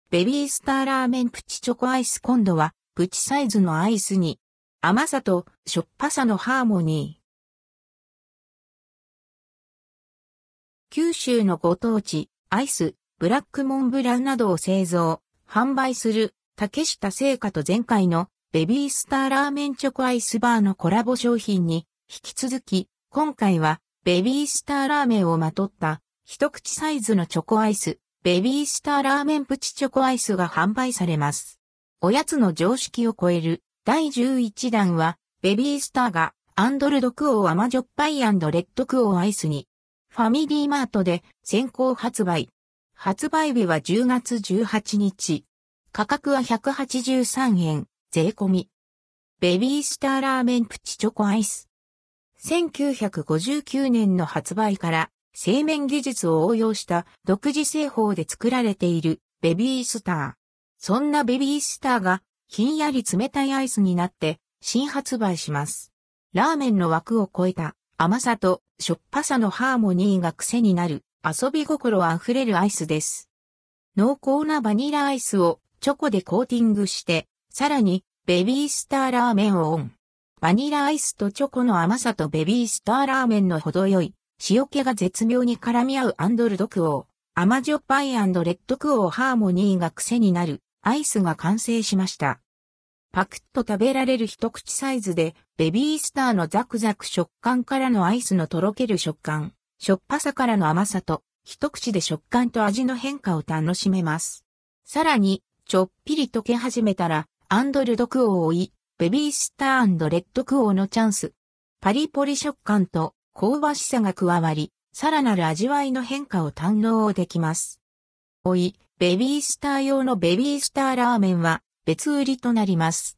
ベビースターラーメンプチチョコアイス。今度はプチサイズのアイスに甘さとしょっぱさのハーモニー。九州のご当地アイス、ブラックモンブランなどを製造、販売する竹下製菓と前回のベビースターラーメンチョコアイスバーのコラボ商品に引き続き、今回はベビースターラーメンをまとった一口サイズのチョコアイス、ベビースターラーメンプチチョコアイスが販売されます。おやつの常識を超える第11弾は、ベビースターがアンドルドクオー甘じょっぱい&レッドクオーアイスに、ファミリーマートで先行発売。発売日は10月18日。価格は183円、税込み。ベビースターラーメンプチチョコアイス。1959年の発売から製麺技術を応用した独自製法で作られているベビースター。そんなベビースターがひんやり冷たいアイスになって新発売します。ラーメンの枠を超えた甘さとしょっぱさのハーモニーが癖になる遊び心あふれるアイスです。濃厚なバニラアイスをチョコでコーティングして、さらにベビースターラーメンをオン。バニラアイスとチョコの甘さとベビースターラーメンの程よい塩気が絶妙に絡み合うアンドルドクオー。甘じょっぱい&レッドクオーハーモニーが癖になるアイスが完成しました。パクッと食べられる一口サイズで、ベビースターのザクザク食感からのアイスのとろける食感、しょっぱさからの甘さと、一口で食感と味の変化を楽しめます。さらに、ちょっぴり溶け始めたら、アンドルドクオーを追い、ベビースター&レッドクオーのチャンス。パリポリ食感と香ばしさが加わり、さらなる味わいの変化を堪能できます。追い、ベビースター用のベビースターラーメンは別売りとなります。